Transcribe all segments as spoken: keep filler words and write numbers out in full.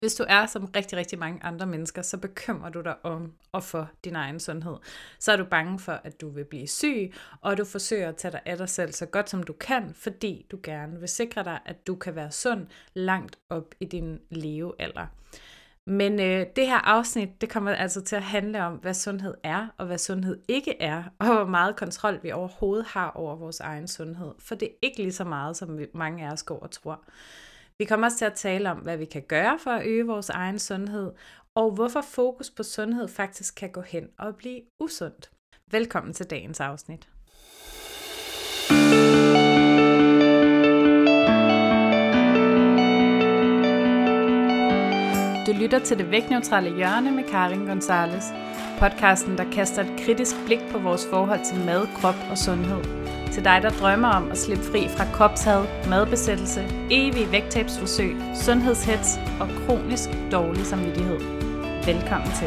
Hvis du er som rigtig, rigtig mange andre mennesker, så bekymrer du dig om og for din egen sundhed. Så er du bange for, at du vil blive syg, og du forsøger at tage dig af dig selv så godt som du kan, fordi du gerne vil sikre dig, at du kan være sund langt op i din levealder. Men øh, det her afsnit, det kommer altså til at handle om, hvad sundhed er, og hvad sundhed ikke er, og hvor meget kontrol vi overhovedet har over vores egen sundhed. For det er ikke lige så meget, som mange af os går og tror. Vi kommer også til at tale om, hvad vi kan gøre for at øge vores egen sundhed, og hvorfor fokus på sundhed faktisk kan gå hen og blive usundt. Velkommen til dagens afsnit. Du lytter til Det Vægtneutrale Hjørne med Karin Gonzalez, podcasten, der kaster et kritisk blik på vores forhold til mad, krop og sundhed. Til dig, der drømmer om at slippe fri fra kropshad, madbesættelse, evige vægttabsforsøg, sundhedshets og kronisk dårlig samvittighed. Velkommen til.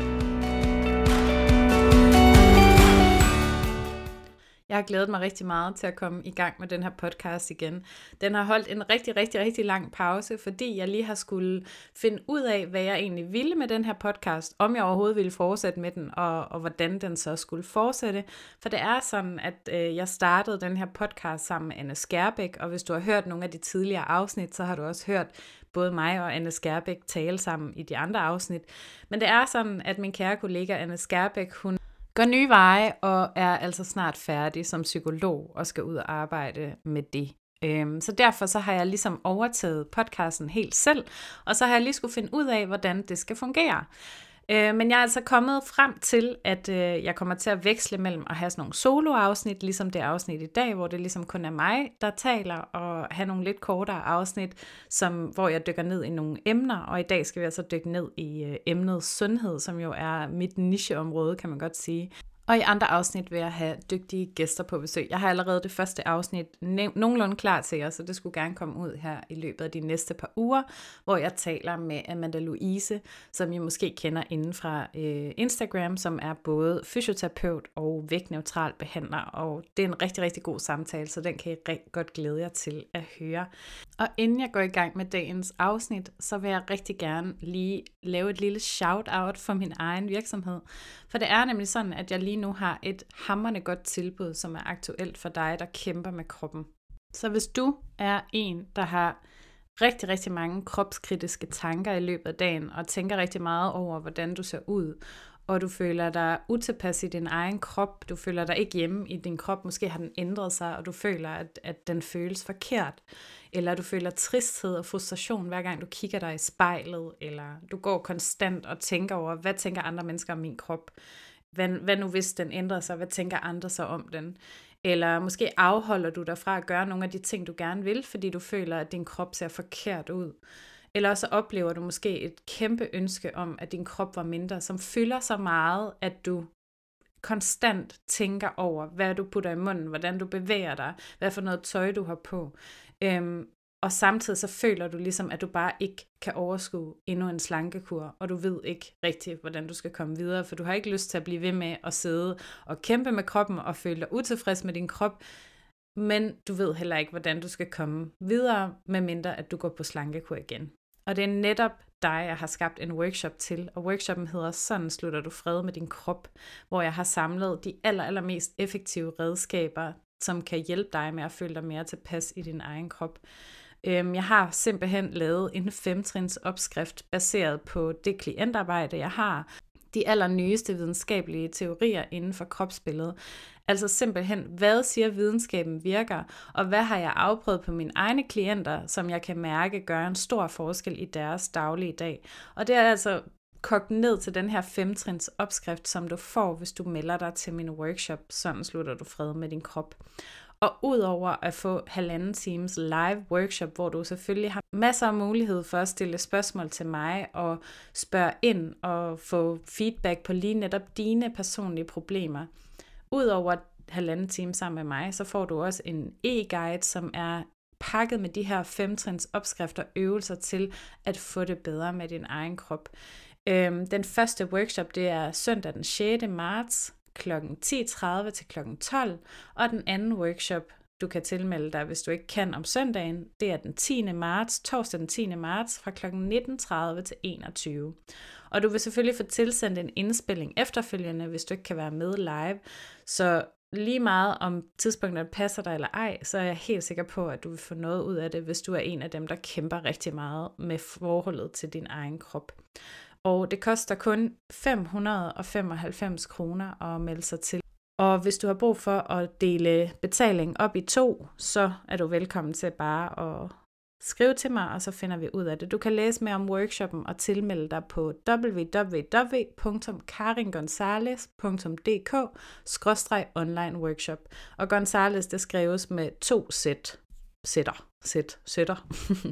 Jeg har glædet mig rigtig meget til at komme i gang med den her podcast igen. Den har holdt en rigtig, rigtig, rigtig lang pause, fordi jeg lige har skulle finde ud af, hvad jeg egentlig ville med den her podcast, om jeg overhovedet ville fortsætte med den, og, og hvordan den så skulle fortsætte. For det er sådan, at øh, jeg startede den her podcast sammen med Anne Skærbæk, og hvis du har hørt nogle af de tidligere afsnit, så har du også hørt både mig og Anne Skærbæk tale sammen i de andre afsnit. Men det er sådan, at min kære kollega Anne Skærbæk, hun går nye veje og er altså snart færdig som psykolog og skal ud og arbejde med det. Øhm, så derfor så har jeg ligesom overtaget podcasten helt selv, og så har jeg lige skulle finde ud af, hvordan det skal fungere. Øh, men jeg er altså kommet frem til, at øh, jeg kommer til at veksle mellem at have sådan nogle solo-afsnit, ligesom det afsnit i dag, hvor det ligesom kun er mig, der taler, og have nogle lidt kortere afsnit, som, hvor jeg dykker ned i nogle emner, og i dag skal vi altså dykke ned i øh, emnet sundhed, som jo er mit nicheområde, kan man godt sige. Og i andre afsnit vil jeg have dygtige gæster på besøg. Jeg har allerede det første afsnit nogenlunde klar til jer, så det skulle gerne komme ud her i løbet af de næste par uger, hvor jeg taler med Amanda Louise, som I måske kender inden fra øh, Instagram, som er både fysioterapeut og vægtneutral behandler, og det er en rigtig, rigtig god samtale, så den kan I rigtig godt glæde jer til at høre. Og inden jeg går i gang med dagens afsnit, så vil jeg rigtig gerne lige lave et lille shout-out for min egen virksomhed, for det er nemlig sådan, at jeg lige nu har et hamrende godt tilbud, som er aktuelt for dig, der kæmper med kroppen. Så hvis du er en, der har rigtig, rigtig mange kropskritiske tanker i løbet af dagen, og tænker rigtig meget over, hvordan du ser ud, og du føler dig utilpas i din egen krop, du føler dig ikke hjemme i din krop, måske har den ændret sig, og du føler, at, at den føles forkert, eller du føler tristhed og frustration, hver gang du kigger dig i spejlet, eller du går konstant og tænker over, hvad tænker andre mennesker om min krop? Hvad, hvad nu hvis den ændrer sig? Hvad tænker andre så om den? Eller måske afholder du dig fra at gøre nogle af de ting, du gerne vil, fordi du føler, at din krop ser forkert ud. Eller så oplever du måske et kæmpe ønske om, at din krop var mindre, som fylder så meget, at du konstant tænker over, hvad du putter i munden, hvordan du bevæger dig, hvad for noget tøj du har på. Øhm, og samtidig så føler du ligesom, at du bare ikke kan overskue endnu en slankekur, og du ved ikke rigtigt, hvordan du skal komme videre, for du har ikke lyst til at blive ved med at sidde og kæmpe med kroppen og føle dig utilfreds med din krop, men du ved heller ikke, hvordan du skal komme videre, medmindre at du går på slankekur igen. Og det er netop dig, jeg har skabt en workshop til, og workshoppen hedder Sådan slutter du fred med din krop, hvor jeg har samlet de aller, aller mest effektive redskaber, som kan hjælpe dig med at føle dig mere tilpas i din egen krop. Jeg har simpelthen lavet en femtrins opskrift baseret på det klientarbejde, jeg har. De allernyeste videnskabelige teorier inden for kropsbilledet. Altså simpelthen, hvad siger videnskaben virker, og hvad har jeg afprøvet på mine egne klienter, som jeg kan mærke gør en stor forskel i deres daglige dag. Og det er altså kogt ned til den her femtrins opskrift, som du får, hvis du melder dig til min workshop, Sådan slutter du fred med din krop. Og udover at få halvanden times live workshop, hvor du selvfølgelig har masser af mulighed for at stille spørgsmål til mig og spørge ind og få feedback på lige netop dine personlige problemer. Udover halvanden time sammen med mig, så får du også en e-guide, som er pakket med de her femtrins opskrifter og øvelser til at få det bedre med din egen krop. Den første workshop, det er søndag den sjette marts klokken ti tredive til klokken tolv, og den anden workshop du kan tilmelde dig, hvis du ikke kan om søndagen. Det er den tiende marts, torsdag den tiende marts fra klokken nitten tredive til enogtyve. Og du vil selvfølgelig få tilsendt en indspilling efterfølgende, hvis du ikke kan være med live. Så lige meget om tidspunktet passer dig eller ej, så er jeg helt sikker på, at du vil få noget ud af det, hvis du er en af dem, der kæmper rigtig meget med forholdet til din egen krop. Og det koster kun fem hundrede og femoghalvfems kroner at melde sig til. Og hvis du har brug for at dele betaling op i to, så er du velkommen til bare at skrive til mig, og så finder vi ud af det. Du kan læse mere om workshoppen og tilmelde dig på w w w punktum karingonzales punktum d k skråstreg online workshop. Og Gonzales, det skrives med to sæt. Sætter. Sæt. Sætter.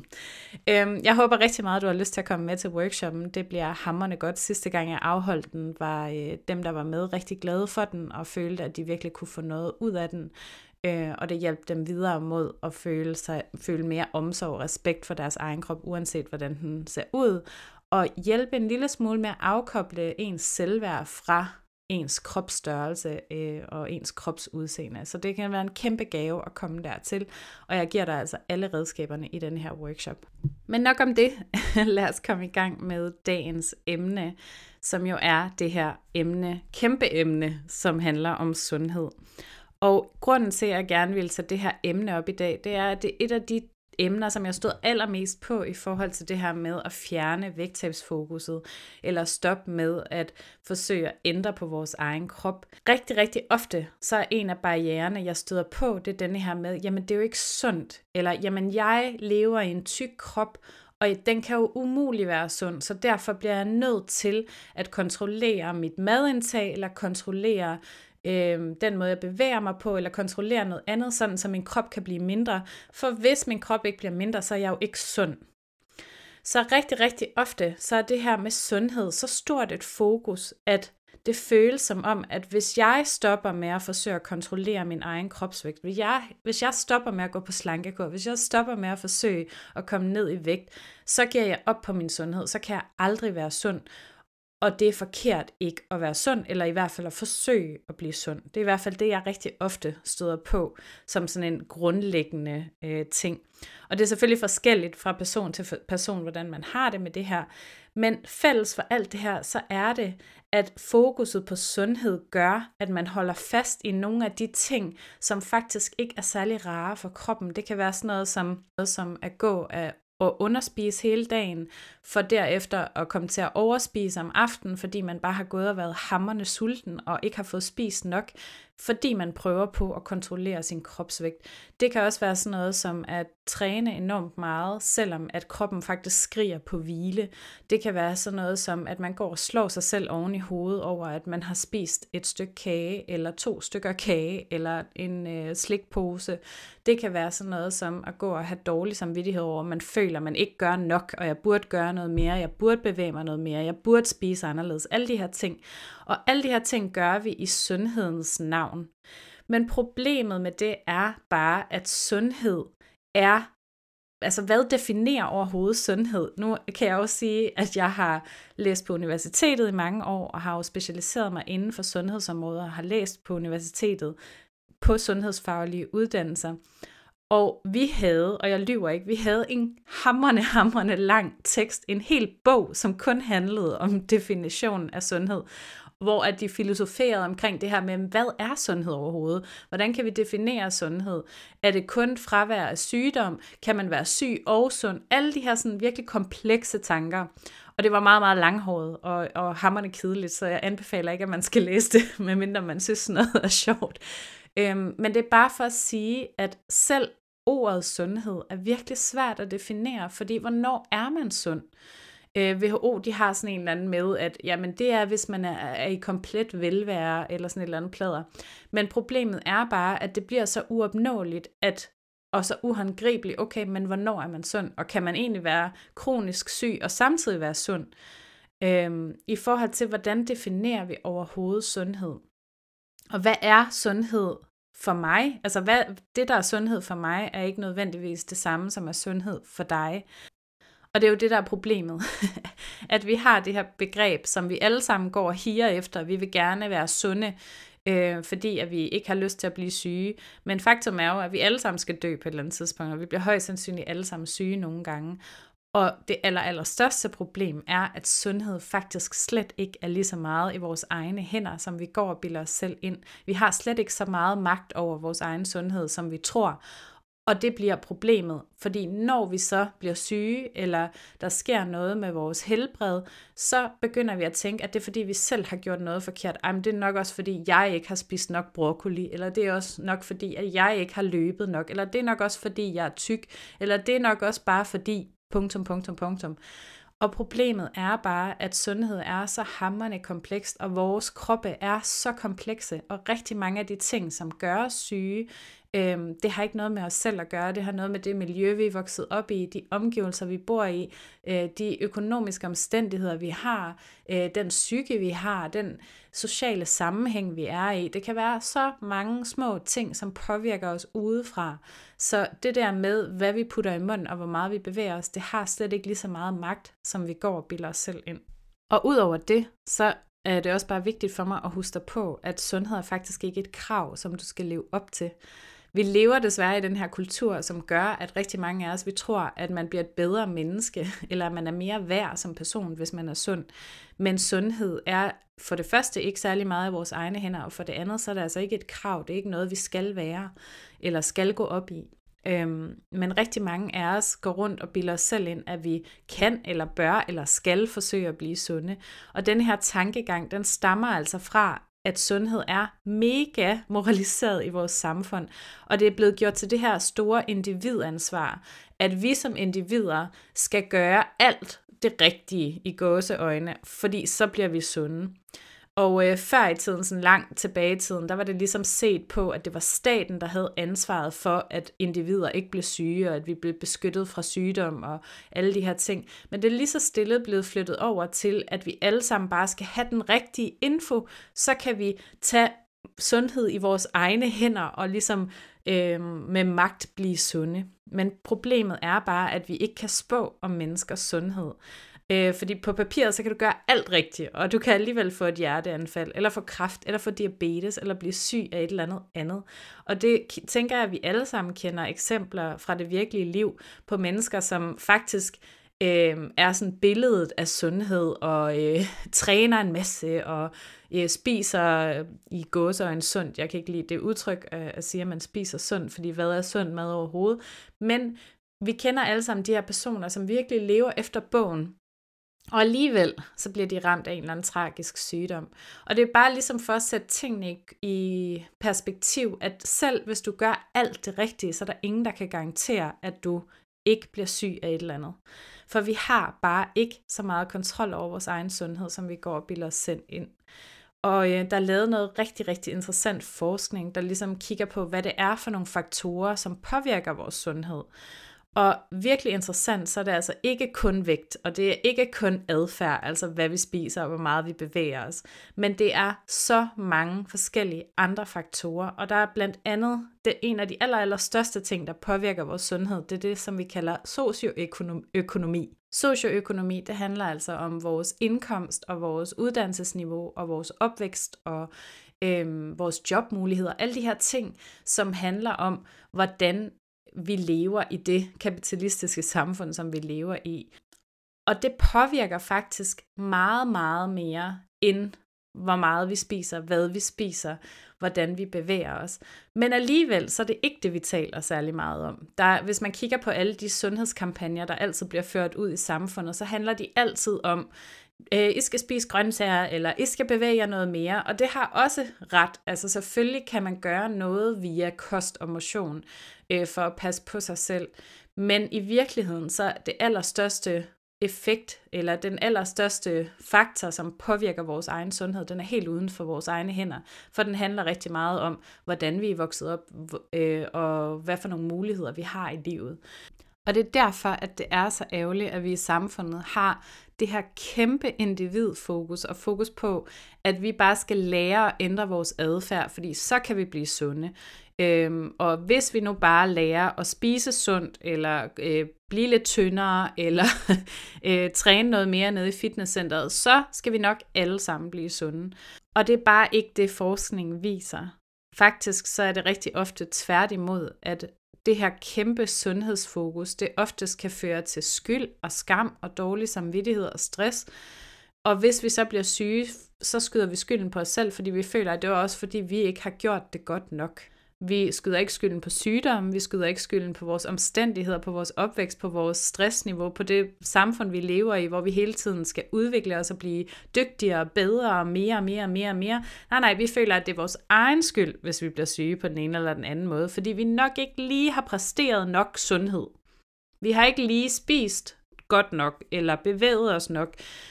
øhm, jeg håber rigtig meget, at du har lyst til at komme med til workshoppen. Det bliver hamrende godt. Sidste gang jeg afholdt den, var øh, dem, der var med, rigtig glade for den, og følte, at de virkelig kunne få noget ud af den. Øh, og det hjalp dem videre mod at føle, sig, føle mere omsorg og respekt for deres egen krop, uanset hvordan den ser ud. Og hjælpe en lille smule med at afkoble ens selvværd fra ens kropsstørrelse øh, og ens kropsudseende. Så det kan være en kæmpe gave at komme dertil, og jeg giver dig altså alle redskaberne i den her workshop. Men nok om det. Lad os komme i gang med dagens emne, som jo er det her emne, kæmpe emne, som handler om sundhed. Og grunden til, at jeg gerne vil tage det her emne op i dag, det er, at det er et af de emner, som jeg stod allermest på i forhold til det her med at fjerne vægttabsfokuset, eller stoppe med at forsøge at ændre på vores egen krop. Rigtig, rigtig ofte, så er en af barriererne, jeg støder på, det er denne her med, jamen det er jo ikke sundt, eller jamen jeg lever i en tyk krop, og den kan jo umuligt være sund, så derfor bliver jeg nødt til at kontrollere mit madindtag, eller kontrollere øh, den måde, jeg bevæger mig på, eller kontrollere noget andet, sådan så min krop kan blive mindre. For hvis min krop ikke bliver mindre, så er jeg jo ikke sund. Så rigtig, rigtig ofte, så er det her med sundhed så stort et fokus, at det føles som om, at hvis jeg stopper med at forsøge at kontrollere min egen kropsvægt, hvis jeg, hvis jeg stopper med at gå på slankekur, hvis jeg stopper med at forsøge at komme ned i vægt, så giver jeg op på min sundhed, så kan jeg aldrig være sund. Og det er forkert ikke at være sund, eller i hvert fald at forsøge at blive sund. Det er i hvert fald det, jeg rigtig ofte støder på, som sådan en grundlæggende øh, ting. Og det er selvfølgelig forskelligt fra person til person, hvordan man har det med det her. Men fælles for alt det her, så er det, at fokuset på sundhed gør, at man holder fast i nogle af de ting, som faktisk ikke er særlig rare for kroppen. Det kan være sådan noget som, noget som at gå af og underspise hele dagen, for derefter at komme til at overspise om aftenen, fordi man bare har gået og været hamrende sulten og ikke har fået spist nok, fordi man prøver på at kontrollere sin kropsvægt. Det kan også være sådan noget som at træne enormt meget, selvom at kroppen faktisk skriger på hvile. Det kan være sådan noget som, at man går og slår sig selv oven i hovedet over, at man har spist et stykke kage, eller to stykker kage, eller en øh, slikpose. Det kan være sådan noget som at gå og have dårlig samvittighed over, at man føler, at man ikke gør nok, og jeg burde gøre noget mere, jeg burde bevæge mig noget mere, jeg burde spise anderledes. Alle de her ting. Og alle de her ting gør vi i sundhedens navn. Men problemet med det er bare, at sundhed er, altså hvad definerer overhovedet sundhed? Nu kan jeg også sige, at jeg har læst på universitetet i mange år, og har jo specialiseret mig inden for sundhedsområdet, og har læst på universitetet på sundhedsfaglige uddannelser. Og vi havde, og jeg lyver ikke, vi havde en hamrende, hamrende lang tekst, en hel bog, som kun handlede om definitionen af sundhed, hvor at de filosoferede omkring det her med, hvad er sundhed overhovedet? Hvordan kan vi definere sundhed? Er det kun fravær af sygdom? Kan man være syg og sund? Alle de her sådan virkelig komplekse tanker. Og det var meget, meget langhåret og, og hamrende kedeligt, så jeg anbefaler ikke, at man skal læse det, medmindre man synes noget er sjovt. Øhm, men det er bare for at sige, at selv ordet sundhed er virkelig svært at definere, fordi hvornår er man sund? Øh, W H O, de har sådan en eller anden med, at jamen, det er, hvis man er, er i komplet velvære, eller sådan et eller andet plader. Men problemet er bare, at det bliver så uopnåeligt, at, og så uhåndgribeligt, okay, men hvornår er man sund? Og kan man egentlig være kronisk syg, og samtidig være sund? Øh, I forhold til, hvordan definerer vi overhovedet sundhed? Og hvad er sundhed for mig? Altså, hvad, det, der er sundhed for mig, er ikke nødvendigvis det samme, som er sundhed for dig. Og det er jo det, der er problemet. At vi har det her begreb, som vi alle sammen går og higer efter. Vi vil gerne være sunde. øh, fordi at vi ikke har lyst til at blive syge. Men faktum er jo, at vi alle sammen skal dø på et eller andet tidspunkt, og vi bliver højst sandsynligt alle sammen syge nogle gange. Og det aller, aller største problem er, at sundhed faktisk slet ikke er lige så meget i vores egne hænder, som vi går og bilder os selv ind. Vi har slet ikke så meget magt over vores egen sundhed, som vi tror. Og det bliver problemet, fordi når vi så bliver syge, eller der sker noget med vores helbred, så begynder vi at tænke, at det er fordi, vi selv har gjort noget forkert. Ej, men det er nok også fordi, jeg ikke har spist nok broccoli, eller det er også nok fordi, at jeg ikke har løbet nok, eller det er nok også fordi, jeg er tyk, eller det er nok også bare fordi, punktum, punktum, punktum. Og problemet er bare, at sundhed er så hamrende komplekst, og vores kroppe er så komplekse, og rigtig mange af de ting, som gør os syge, øhm, det har ikke noget med os selv at gøre, det har noget med det miljø, vi er vokset op i, de omgivelser, vi bor i, øh, de økonomiske omstændigheder, vi har, øh, den psyke, vi har, den sociale sammenhæng, vi er i. Det kan være så mange små ting, som påvirker os udefra. Så det der med, hvad vi putter i munden, og hvor meget vi bevæger os, det har slet ikke lige så meget magt, som vi går og bilder os selv ind. Og udover det, så er det også bare vigtigt for mig at huske dig på, at sundhed er faktisk ikke et krav, som du skal leve op til. Vi lever desværre i den her kultur, som gør, at rigtig mange af os, vi tror, at man bliver et bedre menneske, eller at man er mere værd som person, hvis man er sund. Men sundhed er for det første ikke særlig meget i vores egne hænder, og for det andet, så er det altså ikke et krav. Det er ikke noget, vi skal være, eller skal gå op i. Øhm, men rigtig mange af os går rundt og bilder os selv ind, at vi kan, eller bør, eller skal forsøge at blive sunde. Og den her tankegang, den stammer altså fra, at sundhed er mega moraliseret i vores samfund, og det er blevet gjort til det her store individansvar, at vi som individer skal gøre alt det rigtige i gåseøjne, fordi så bliver vi sunde. Og øh, før i tiden, sådan langt tilbage i tiden, der var det ligesom set på, at det var staten, der havde ansvaret for, at individer ikke blev syge, og at vi blev beskyttet fra sygdom og alle de her ting. Men det er lige så stille blevet flyttet over til, at vi alle sammen bare skal have den rigtige info, så kan vi tage sundhed i vores egne hænder og ligesom øh, med magt blive sunde. Men problemet er bare, at vi ikke kan spå om menneskers sundhed. Øh, fordi på papiret, så kan du gøre alt rigtigt, og du kan alligevel få et hjerteanfald, eller få kræft, eller få diabetes, eller blive syg af et eller andet andet. Og det tænker jeg, at vi alle sammen kender eksempler fra det virkelige liv på mennesker, som faktisk øh, er sådan billedet af sundhed, og øh, træner en masse, og øh, spiser i gåseøjne sundt. Jeg kan ikke lide det udtryk øh, at sige, at man spiser sundt, fordi hvad er sund mad overhovedet? Men vi kender alle sammen de her personer, som virkelig lever efter bogen, og alligevel, så bliver de ramt af en eller anden tragisk sygdom. Og det er bare ligesom for at sætte tingene i perspektiv, at selv hvis du gør alt det rigtige, så er der ingen, der kan garantere, at du ikke bliver syg af et eller andet. For vi har bare ikke så meget kontrol over vores egen sundhed, som vi går og bilder os selv ind. Og øh, der er lavet noget rigtig, rigtig interessant forskning, der ligesom kigger på, hvad det er for nogle faktorer, som påvirker vores sundhed. Og virkelig interessant, så er det altså ikke kun vægt, og det er ikke kun adfærd, altså hvad vi spiser og hvor meget vi bevæger os. Men det er så mange forskellige andre faktorer, og der er blandt andet det en af de aller, aller største ting, der påvirker vores sundhed, det er det, som vi kalder socioøkonomi. Socioøkonomi, det handler altså om vores indkomst og vores uddannelsesniveau og vores opvækst og øhm, vores jobmuligheder, alle de her ting, som handler om, hvordan vi lever i det kapitalistiske samfund, som vi lever i. Og det påvirker faktisk meget, meget mere end hvor meget vi spiser, hvad vi spiser, hvordan vi bevæger os. Men alligevel, så er det ikke det, vi taler særlig meget om. Der, hvis man kigger på alle de sundhedskampagner, der altid bliver ført ud i samfundet, så handler de altid om, øh, I skal spise grøntsager, eller I skal bevæge jer noget mere. Og det har også ret. Altså selvfølgelig kan man gøre noget via kost og motion, øh, for at passe på sig selv. Men i virkeligheden, så er det allerstørste effekt, eller den allerstørste faktor, som påvirker vores egen sundhed, den er helt uden for vores egne hænder, for den handler rigtig meget om, hvordan vi er vokset op, øh, og hvad for nogle muligheder vi har i livet. Og det er derfor, at det er så ærgerligt, at vi i samfundet har det her kæmpe individfokus og fokus på, at vi bare skal lære at ændre vores adfærd, fordi så kan vi blive sunde. Øhm, og hvis vi nu bare lærer at spise sundt, eller øh, blive lidt tyndere, eller øh, træne noget mere nede i fitnesscenteret, så skal vi nok alle sammen blive sunde. Og det er bare ikke det, forskningen viser. Faktisk så er det rigtig ofte tværtimod, at det her kæmpe sundhedsfokus, det oftest kan føre til skyld og skam og dårlig samvittighed og stress. Og hvis vi så bliver syge, så skyder vi skylden på os selv, fordi vi føler, at det var også fordi, vi ikke har gjort det godt nok. Vi skyder ikke skylden på sygdom, vi skyder ikke skylden på vores omstændigheder, på vores opvækst, på vores stressniveau, på det samfund, vi lever i, hvor vi hele tiden skal udvikle os og blive dygtigere, bedre, mere og mere og mere og mere. Nej, nej, vi føler, at det er vores egen skyld, hvis vi bliver syge på den ene eller den anden måde, fordi vi nok ikke lige har præsteret nok sundhed. Vi har ikke lige spist godt nok, eller bevæget os nok,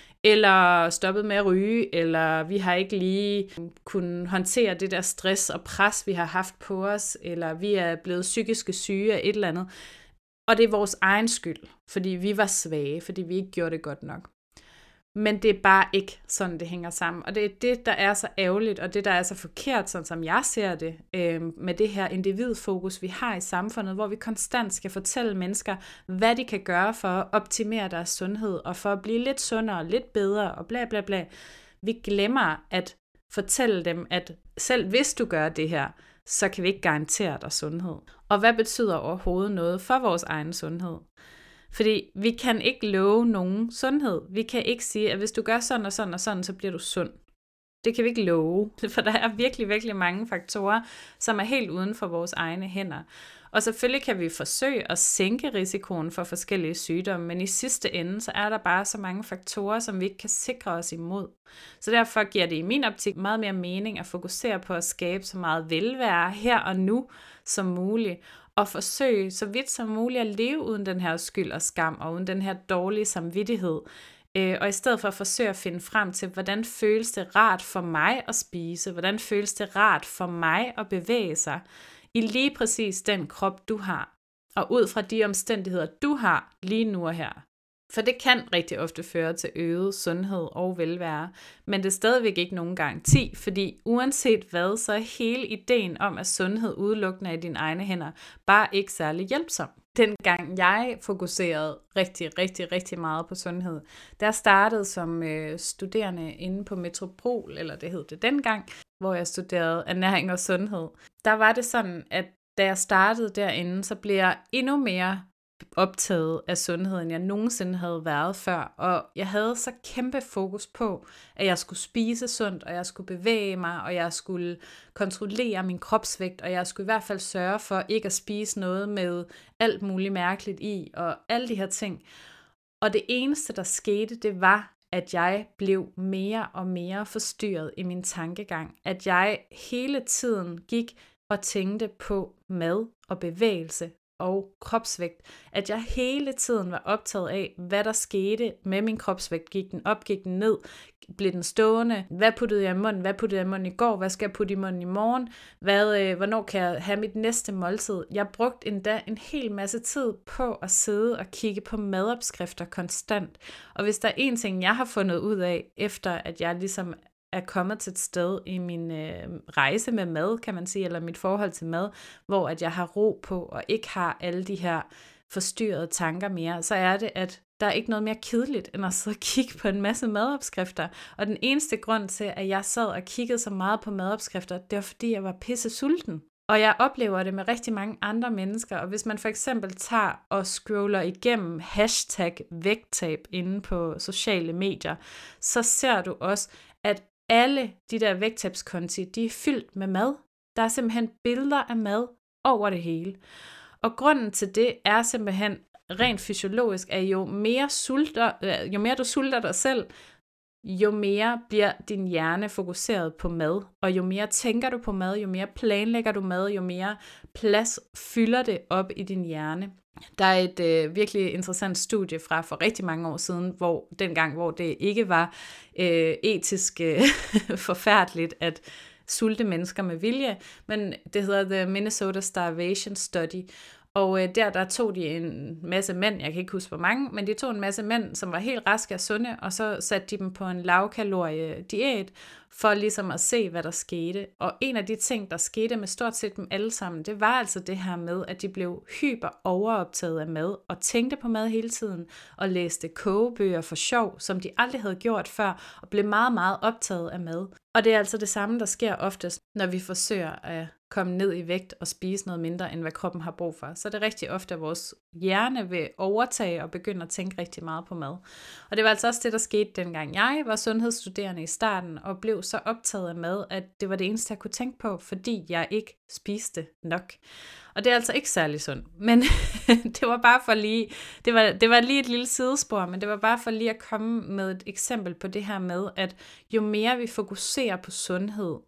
eller stoppet med at ryge, eller vi har ikke lige kunnet håndtere det der stress og pres, vi har haft på os, eller vi er blevet psykiske syge af et eller andet. Og det er vores egen skyld, fordi vi var svage, fordi vi ikke gjorde det godt nok. Men det er bare ikke sådan, det hænger sammen. Og det er det, der er så ærgerligt, og det, der er så forkert, sådan som jeg ser det, øh, med det her individfokus, vi har i samfundet, hvor vi konstant skal fortælle mennesker, hvad de kan gøre for at optimere deres sundhed, og for at blive lidt sundere, lidt bedre, og bla bla bla. Vi glemmer at fortælle dem, at selv hvis du gør det her, så kan vi ikke garantere dig sundhed. Og hvad betyder overhovedet noget for vores egen sundhed? Fordi vi kan ikke love nogen sundhed. Vi kan ikke sige, at hvis du gør sådan og sådan og sådan, så bliver du sund. Det kan vi ikke love, for der er virkelig, virkelig mange faktorer, som er helt uden for vores egne hænder. Og selvfølgelig kan vi forsøge at sænke risikoen for forskellige sygdomme, men i sidste ende, så er der bare så mange faktorer, som vi ikke kan sikre os imod. Så derfor giver det i min optik meget mere mening at fokusere på at skabe så meget velvære her og nu som muligt, og forsøge så vidt som muligt at leve uden den her skyld og skam, og uden den her dårlige samvittighed. Og i stedet for at forsøge at finde frem til, hvordan føles det rart for mig at spise, hvordan føles det rart for mig at bevæge sig, i lige præcis den krop, du har, og ud fra de omstændigheder, du har lige nu og her. For det kan rigtig ofte føre til øget sundhed og velvære, men det er stadigvæk ikke nogen garanti, fordi uanset hvad, så er hele ideen om, at sundhed udelukkende er i dine egne hænder, bare ikke særlig hjælpsom. Dengang jeg fokuserede rigtig, rigtig, rigtig meget på sundhed, der startede som øh, studerende inde på Metropol, eller det hed det dengang, hvor jeg studerede ernæring og sundhed. Der var det sådan, at da jeg startede derinde, så blev jeg endnu mere optaget af sundhed, end jeg nogensinde havde været før. Og jeg havde så kæmpe fokus på, at jeg skulle spise sundt, og jeg skulle bevæge mig, og jeg skulle kontrollere min kropsvægt, og jeg skulle i hvert fald sørge for ikke at spise noget med alt muligt mærkeligt i, og alle de her ting. Og det eneste, der skete, det var, at jeg blev mere og mere forstyrret i min tankegang. At jeg hele tiden gik og tænkte på mad og bevægelse og kropsvægt. At jeg hele tiden var optaget af, hvad der skete med min kropsvægt. Gik den op, gik den ned, blev den stående? Hvad puttede jeg i munden? Hvad puttede jeg i munden i går? Hvad skal jeg putte i munden i morgen? Hvad, øh, hvornår kan jeg have mit næste måltid? Jeg brugte endda en hel masse tid på at sidde og kigge på madopskrifter konstant. Og hvis der er en ting, jeg har fundet ud af, efter at jeg ligesom er kommet til et sted i min øh, rejse med mad, kan man sige, eller mit forhold til mad, hvor at jeg har ro på, og ikke har alle de her forstyrrede tanker mere, så er det, at der er ikke noget mere kedeligt, end at sidde og kigge på en masse madopskrifter. Og den eneste grund til, at jeg sad og kiggede så meget på madopskrifter, det var fordi, jeg var pisse sulten. Og jeg oplever det med rigtig mange andre mennesker, og hvis man for eksempel tager og scroller igennem hashtag vægttab inde på sociale medier, så ser du også, at alle de der vægttabskonti, de er fyldt med mad. Der er simpelthen billeder af mad over det hele. Og grunden til det er simpelthen rent fysiologisk, at jo mere, sulter, jo mere du sulter dig selv, jo mere bliver din hjerne fokuseret på mad. Og jo mere tænker du på mad, jo mere planlægger du mad, jo mere plads fylder det op i din hjerne. Der er et øh, virkelig interessant studie fra for rigtig mange år siden, hvor dengang, hvor det ikke var øh, etisk øh, forfærdeligt at sulte mennesker med vilje, men det hedder The Minnesota Starvation Study, Og øh, der, der tog de en masse mænd, jeg kan ikke huske hvor mange, men de tog en masse mænd, som var helt raske og sunde, og så satte de dem på en lavkalorie diæt, for ligesom at se, hvad der skete. Og en af de ting, der skete med stort set dem alle sammen, det var altså det her med, at de blev hyper overoptaget af mad, og tænkte på mad hele tiden, og læste kogebøger for sjov, som de aldrig havde gjort før, og blev meget, meget optaget af mad. Og det er altså det samme, der sker oftest, når vi forsøger at komme ned i vægt og spise noget mindre, end hvad kroppen har brug for. Så er det rigtig ofte, at vores hjerne vil overtage og begynde at tænke rigtig meget på mad. Og det var altså også det, der skete, dengang jeg var sundhedsstuderende i starten, og blev så optaget af mad, at det var det eneste, jeg kunne tænke på, fordi jeg ikke spiste nok. Og det er altså ikke særlig sundt. Men det var bare for lige, det var, det var lige et lille sidespor, men det var bare for lige at komme med et eksempel på det her med, at jo mere vi fokuserer på sundhed,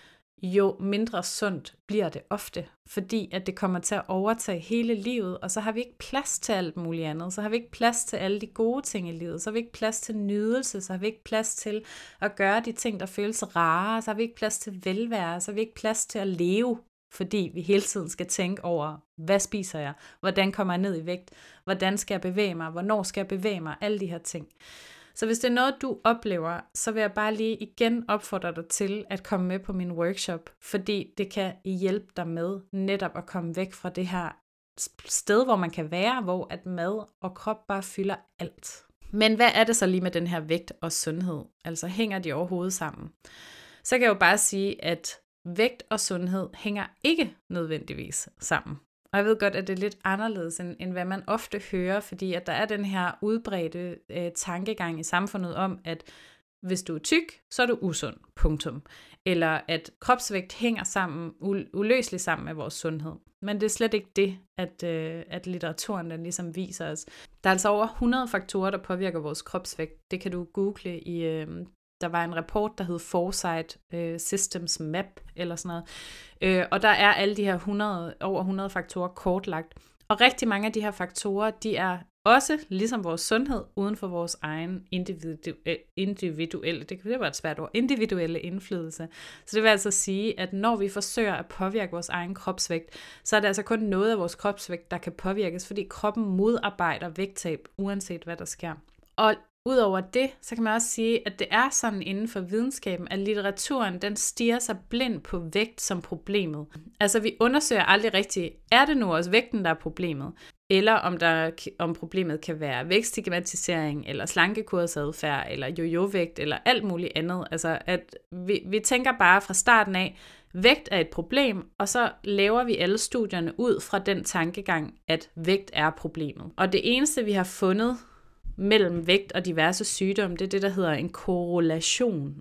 jo mindre sundt bliver det ofte, fordi at det kommer til at overtage hele livet, og så har vi ikke plads til alt muligt andet, så har vi ikke plads til alle de gode ting i livet, så har vi ikke plads til nydelse, så har vi ikke plads til at gøre de ting, der føles rare, så har vi ikke plads til velvære, så har vi ikke plads til at leve, fordi vi hele tiden skal tænke over, hvad spiser jeg, hvordan kommer jeg ned i vægt, hvordan skal jeg bevæge mig, hvornår skal jeg bevæge mig, alle de her ting. Så hvis det er noget, du oplever, så vil jeg bare lige igen opfordre dig til at komme med på min workshop, fordi det kan hjælpe dig med netop at komme væk fra det her sted, hvor man kan være, hvor at mad og krop bare fylder alt. Men hvad er det så lige med den her vægt og sundhed? Altså hænger de overhovedet sammen? Så kan jeg jo bare sige, at vægt og sundhed hænger ikke nødvendigvis sammen. Og jeg ved godt, at det er lidt anderledes, end, end hvad man ofte hører, fordi at der er den her udbredte øh, tankegang i samfundet om, at hvis du er tyk, så er du usund, punktum. Eller at kropsvægt hænger sammen, u- uløseligt sammen med vores sundhed. Men det er slet ikke det, at, øh, at litteraturen den ligesom viser os. Der er altså over hundrede faktorer, der påvirker vores kropsvægt. Det kan du google i... Øh, Der var en rapport, der hed Foresight øh, Systems Map, eller sådan noget. Øh, og der er alle de her hundrede, over hundrede faktorer kortlagt. Og rigtig mange af de her faktorer, de er også, ligesom vores sundhed, uden for vores egen individu- individuelle, det kan være et svært ord, individuelle indflydelse. Så det vil altså sige, at når vi forsøger at påvirke vores egen kropsvægt, så er det altså kun noget af vores kropsvægt, der kan påvirkes, fordi kroppen modarbejder vægttab, uanset hvad der sker. Og udover det, så kan man også sige, at det er sådan inden for videnskaben, at litteraturen, den stirrer sig blind på vægt som problemet. Altså vi undersøger aldrig rigtigt, er det nu også vægten, der er problemet? Eller om, der, om problemet kan være vækststigmatisering, eller slankekursadfærd, eller jojo-vægt, eller alt muligt andet. Altså at vi, vi tænker bare fra starten af, vægt er et problem, og så laver vi alle studierne ud fra den tankegang, at vægt er problemet. Og det eneste, vi har fundet mellem vægt og diverse sygdomme, det er det, der hedder en korrelation.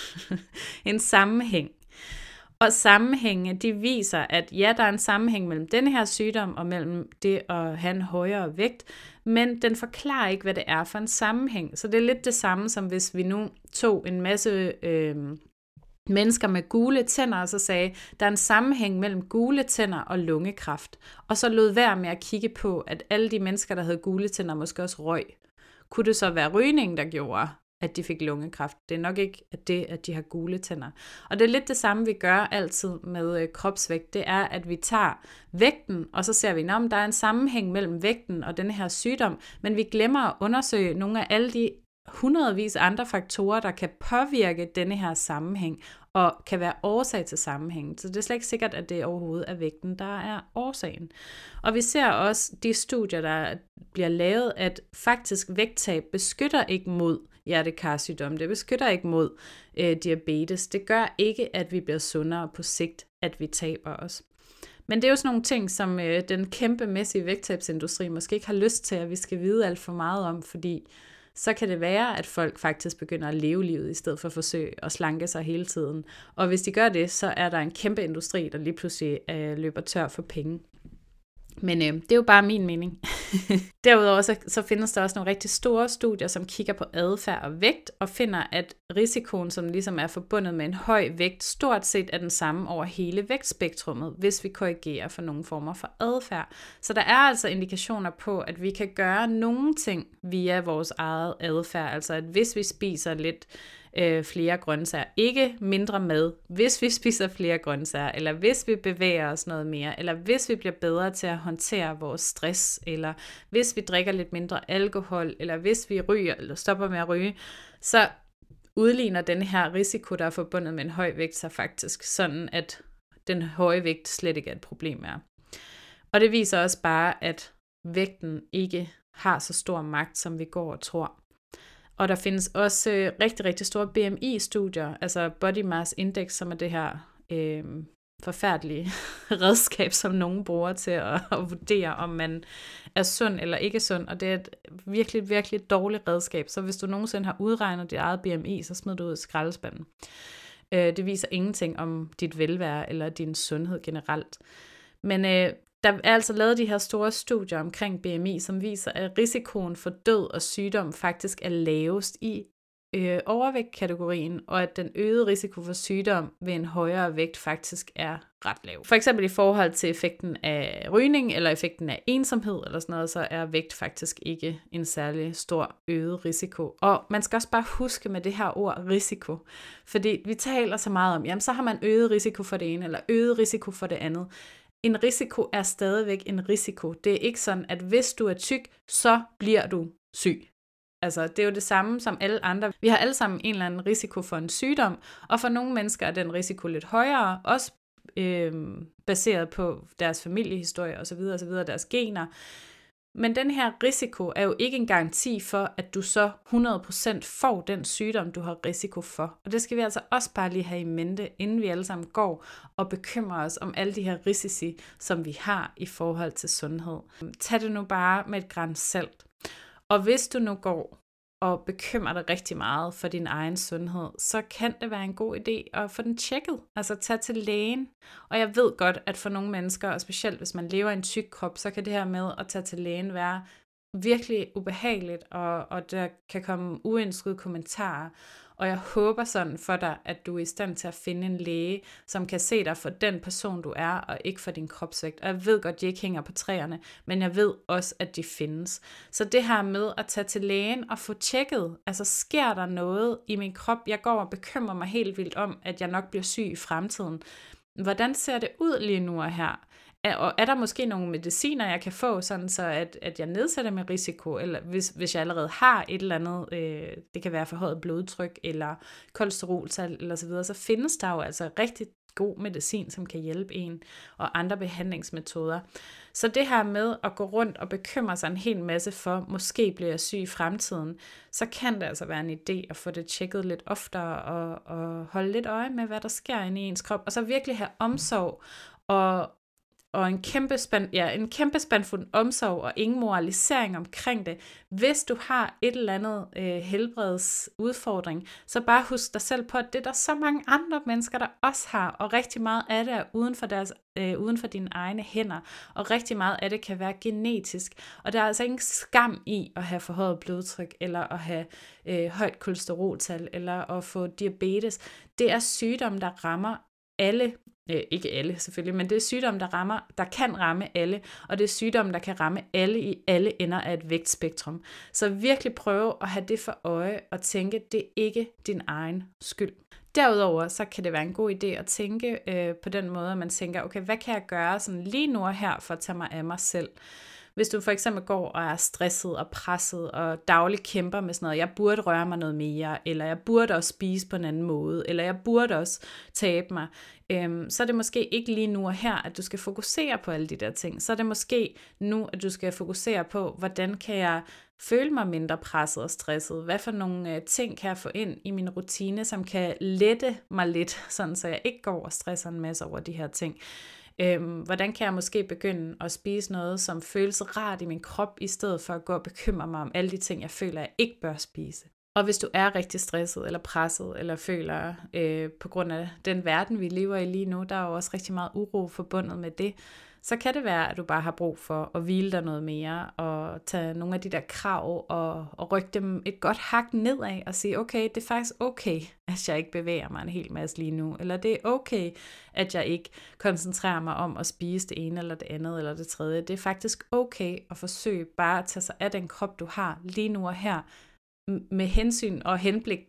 En sammenhæng. Og sammenhænge, de viser, at ja, der er en sammenhæng mellem denne her sygdom og mellem det at have en højere vægt, men den forklarer ikke, hvad det er for en sammenhæng. Så det er lidt det samme, som hvis vi nu tog en masse øh, mennesker med gule tænder, og så sagde, der er en sammenhæng mellem gule tænder og lungekræft. Og så lod være med at kigge på, at alle de mennesker, der havde gule tænder, måske også røg. Kunne det så være rygningen, der gjorde, at de fik lungekræft? Det er nok ikke at det, at de har gule tænder. Og det er lidt det samme, vi gør altid med øh, kropsvægt. Det er, at vi tager vægten, og så ser vi, at der er en sammenhæng mellem vægten og denne her sygdom, men vi glemmer at undersøge nogle af alle de hundredvis andre faktorer, der kan påvirke denne her sammenhæng, og kan være årsag til sammenhængen. Så det er slet ikke sikkert, at det overhovedet er vægten, der er årsagen. Og vi ser også de studier, der bliver lavet, at faktisk vægttab beskytter ikke mod hjertekarsygdom. Det beskytter ikke mod øh, diabetes. Det gør ikke, at vi bliver sundere på sigt, at vi taber os. Men det er jo sådan nogle ting, som øh, den kæmpemæssige vægttabsindustri måske ikke har lyst til, at vi skal vide alt for meget om, fordi så kan det være, at folk faktisk begynder at leve livet, i stedet for at forsøge at slanke sig hele tiden. Og hvis de gør det, så er der en kæmpe industri, der lige pludselig øh, løber tør for penge. Men øh, det er jo bare min mening. Derudover så, så findes der også nogle rigtig store studier, som kigger på adfærd og vægt, og finder, at risikoen, som ligesom er forbundet med en høj vægt, stort set er den samme over hele vægtspektrummet, hvis vi korrigerer for nogle former for adfærd. Så der er altså indikationer på, at vi kan gøre nogle ting via vores eget adfærd. Altså at hvis vi spiser lidt øh, flere grøntsager. Ikke mindre mad, hvis vi spiser flere grøntsager, eller hvis vi bevæger os noget mere, eller hvis vi bliver bedre til at håndtere vores stress, eller hvis vi drikker lidt mindre alkohol, eller hvis vi ryger, eller stopper med at ryge, så udligner den her risiko, der er forbundet med en høj vægt, sig faktisk sådan, at den høje vægt slet ikke er et problem mere. Og det viser også bare, at vægten ikke har så stor magt, som vi går og tror. Og der findes også øh, rigtig, rigtig store B M I-studier, altså Body Mass Index, som er det her øh, forfærdelige redskab, som nogen bruger til at, at vurdere, om man er sund eller ikke sund. Og det er et virkelig, virkelig dårligt redskab. Så hvis du nogensinde har udregnet dit eget B M I, så smid du ud i skraldespanden. Øh, det viser ingenting om dit velvære eller din sundhed generelt. Men øh, der er altså lavet de her store studier omkring B M I, som viser, at risikoen for død og sygdom faktisk er lavest i øh, overvægtkategorien, og at den øgede risiko for sygdom ved en højere vægt faktisk er ret lav. For eksempel i forhold til effekten af rygning eller effekten af ensomhed eller sådan noget, så er vægt faktisk ikke en særlig stor øget risiko. Og man skal også bare huske med det her ord risiko, fordi vi taler så meget om, jamen så har man øget risiko for det ene eller øget risiko for det andet. En risiko er stadigvæk en risiko. Det er ikke sådan, at hvis du er tyk, så bliver du syg. Altså, det er jo det samme som alle andre. Vi har alle sammen en eller anden risiko for en sygdom, og for nogle mennesker er den risiko lidt højere, også øh, baseret på deres familiehistorie osv., osv., deres gener. Men den her risiko er jo ikke en garanti for, at du så hundrede procent får den sygdom, du har risiko for. Og det skal vi altså også bare lige have i mente, inden vi alle sammen går og bekymrer os om alle de her risici, som vi har i forhold til sundhed. Tag det nu bare med et gran salt. Og hvis du nu går og bekymrer dig rigtig meget for din egen sundhed, så kan det være en god idé at få den tjekket, altså tage til lægen. Og jeg ved godt, at for nogle mennesker, og specielt hvis man lever i en tyk krop, så kan det her med at tage til lægen være virkelig ubehageligt, og, og der kan komme uønskede kommentarer. Og jeg håber sådan for dig, at du er i stand til at finde en læge, som kan se dig for den person, du er, og ikke for din kropsvægt. Og jeg ved godt, de ikke hænger på træerne, men jeg ved også, at de findes. Så det her med at tage til lægen og få tjekket, altså sker der noget i min krop? Jeg går og bekymrer mig helt vildt om, at jeg nok bliver syg i fremtiden. Hvordan ser det ud lige nu og her? Og er der måske nogle mediciner, jeg kan få, sådan så at, at jeg nedsætter min risiko, eller hvis, hvis jeg allerede har et eller andet, øh, det kan være forhøjet blodtryk, eller kolesteroltal, eller så videre, så findes der jo altså rigtig god medicin, som kan hjælpe en, og andre behandlingsmetoder. Så det her med at gå rundt og bekymre sig en hel masse for, måske bliver jeg syg i fremtiden, så kan det altså være en idé at få det tjekket lidt oftere, og, og holde lidt øje med, hvad der sker inde i ens krop, og så virkelig have omsorg, og og en kæmpe spand, ja, en kæmpe spandfuld omsorg og ingen moralisering omkring det. Hvis du har et eller andet øh, helbredsudfordring, så bare husk dig selv på, at det er der så mange andre mennesker, der også har, og rigtig meget af det er uden for, deres, øh, uden for dine egne hænder, og rigtig meget af det kan være genetisk. Og der er altså ingen skam i at have forhøjet blodtryk, eller at have øh, højt kolesteroltal, eller at få diabetes. Det er sygdomme, der rammer alle. Øh, ikke alle selvfølgelig, men det er sygdomme, der rammer, der kan ramme alle, og det er sygdomme, der kan ramme alle i alle ender af et vægtspektrum. Så virkelig prøve at have det for øje og tænke, det er ikke din egen skyld. Derudover så kan det være en god idé at tænke øh, på den måde, at man tænker, okay, hvad kan jeg gøre sådan lige nu og her for at tage mig af mig selv? Hvis du for eksempel går og er stresset og presset og dagligt kæmper med sådan noget, jeg burde røre mig noget mere, eller jeg burde også spise på en anden måde, eller jeg burde også tabe mig, øhm, så er det måske ikke lige nu og her, at du skal fokusere på alle de der ting. Så er det måske nu, at du skal fokusere på, hvordan kan jeg føle mig mindre presset og stresset? Hvad for nogle øh, ting kan jeg få ind i min rutine, som kan lette mig lidt, sådan så jeg ikke går og stresser en masse over de her ting? Øhm, hvordan kan jeg måske begynde at spise noget, som føles rart i min krop, i stedet for at gå og bekymre mig om alle de ting, jeg føler, jeg ikke bør spise? Og hvis du er rigtig stresset eller presset, eller føler øh, på grund af den verden, vi lever i lige nu, der er jo også rigtig meget uro forbundet med det, så kan det være, at du bare har brug for at hvile dig noget mere, og tage nogle af de der krav, og, og rykke dem et godt hak nedad, og sige, okay, det er faktisk okay, at jeg ikke bevæger mig en hel masse lige nu, eller det er okay, at jeg ikke koncentrerer mig om at spise det ene, eller det andet, eller det tredje. Det er faktisk okay at forsøge bare at tage sig af den krop, du har lige nu og her, med hensyn og henblik på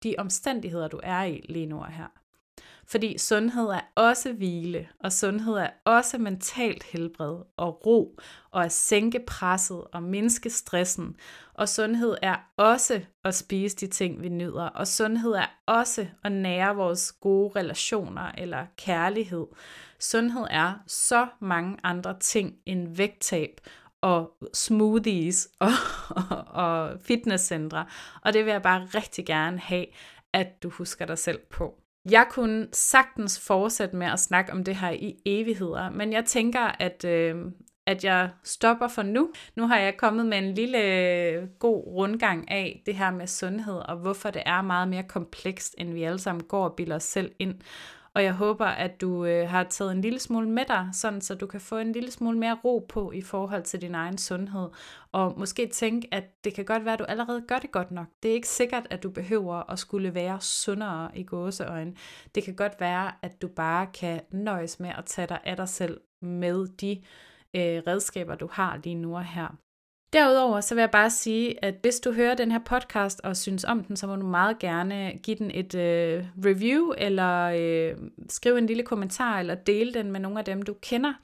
de omstændigheder, du er i lige nu og her. Fordi sundhed er også hvile, og sundhed er også mentalt helbred og ro, og at sænke presset og mindske stressen. Og sundhed er også at spise de ting, vi nyder. Og sundhed er også at nære vores gode relationer eller kærlighed. Sundhed er så mange andre ting end vægttab og smoothies og, og, og fitnesscentre. Og det vil jeg bare rigtig gerne have, at du husker dig selv på. Jeg kunne sagtens fortsætte med at snakke om det her i evigheder, men jeg tænker, at, øh, at jeg stopper for nu. Nu har jeg kommet med en lille øh, god rundgang af det her med sundhed, og hvorfor det er meget mere komplekst, end vi alle sammen går og bilder os selv ind. Og jeg håber, at du øh, har taget en lille smule med dig, sådan så du kan få en lille smule mere ro på i forhold til din egen sundhed. Og måske tænke, at det kan godt være, at du allerede gør det godt nok. Det er ikke sikkert, at du behøver at skulle være sundere i gåseøjne. Det kan godt være, at du bare kan nøjes med at tage dig af dig selv med de øh, redskaber, du har lige nu og her. Derudover så vil jeg bare sige, at hvis du hører den her podcast og synes om den, så må du meget gerne give den et øh, review, eller øh, skrive en lille kommentar, eller dele den med nogle af dem, du kender.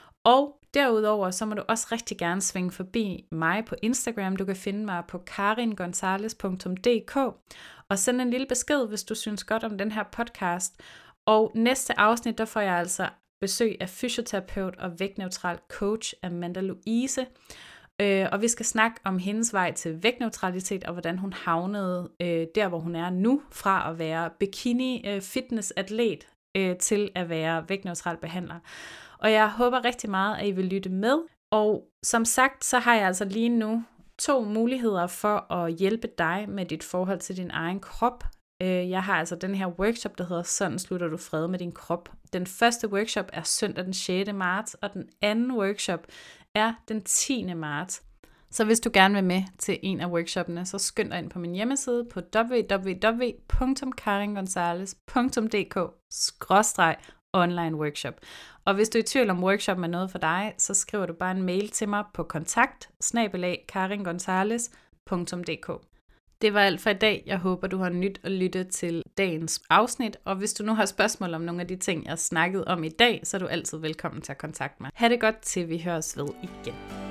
Og derudover så må du også rigtig gerne svinge forbi mig på Instagram. Du kan finde mig på karin gonzales punktum d k og sende en lille besked, hvis du synes godt om den her podcast. Og næste afsnit, der får jeg altså besøg af fysioterapeut og vægtneutral coach Amanda Louise. Øh, og vi skal snakke om hendes vej til vægtneutralitet, og hvordan hun havnede øh, der, hvor hun er nu, fra at være bikini-fitness-atlet øh, til at være vægtneutral behandler. Og jeg håber rigtig meget, at I vil lytte med. Og som sagt, så har jeg altså lige nu to muligheder for at hjælpe dig med dit forhold til din egen krop. Jeg har altså den her workshop, der hedder Sådan slutter du fred med din krop. Den første workshop er søndag den sjette marts, og den anden workshop er den tiende marts. Så hvis du gerne vil med til en af workshoppene, så skynd dig ind på min hjemmeside på w w w punktum karin gonzales punktum d k skråstreg online workshop. Og hvis du er i tvivl om workshoppen er noget for dig, så skriver du bare en mail til mig på kontakt snabel-a karin gonzales punktum d k. Det var alt for i dag. Jeg håber, du har nyt at lytte til dagens afsnit. Og hvis du nu har spørgsmål om nogle af de ting, jeg har snakket om i dag, så er du altid velkommen til at kontakte mig. Ha' det godt, til vi høres ved igen.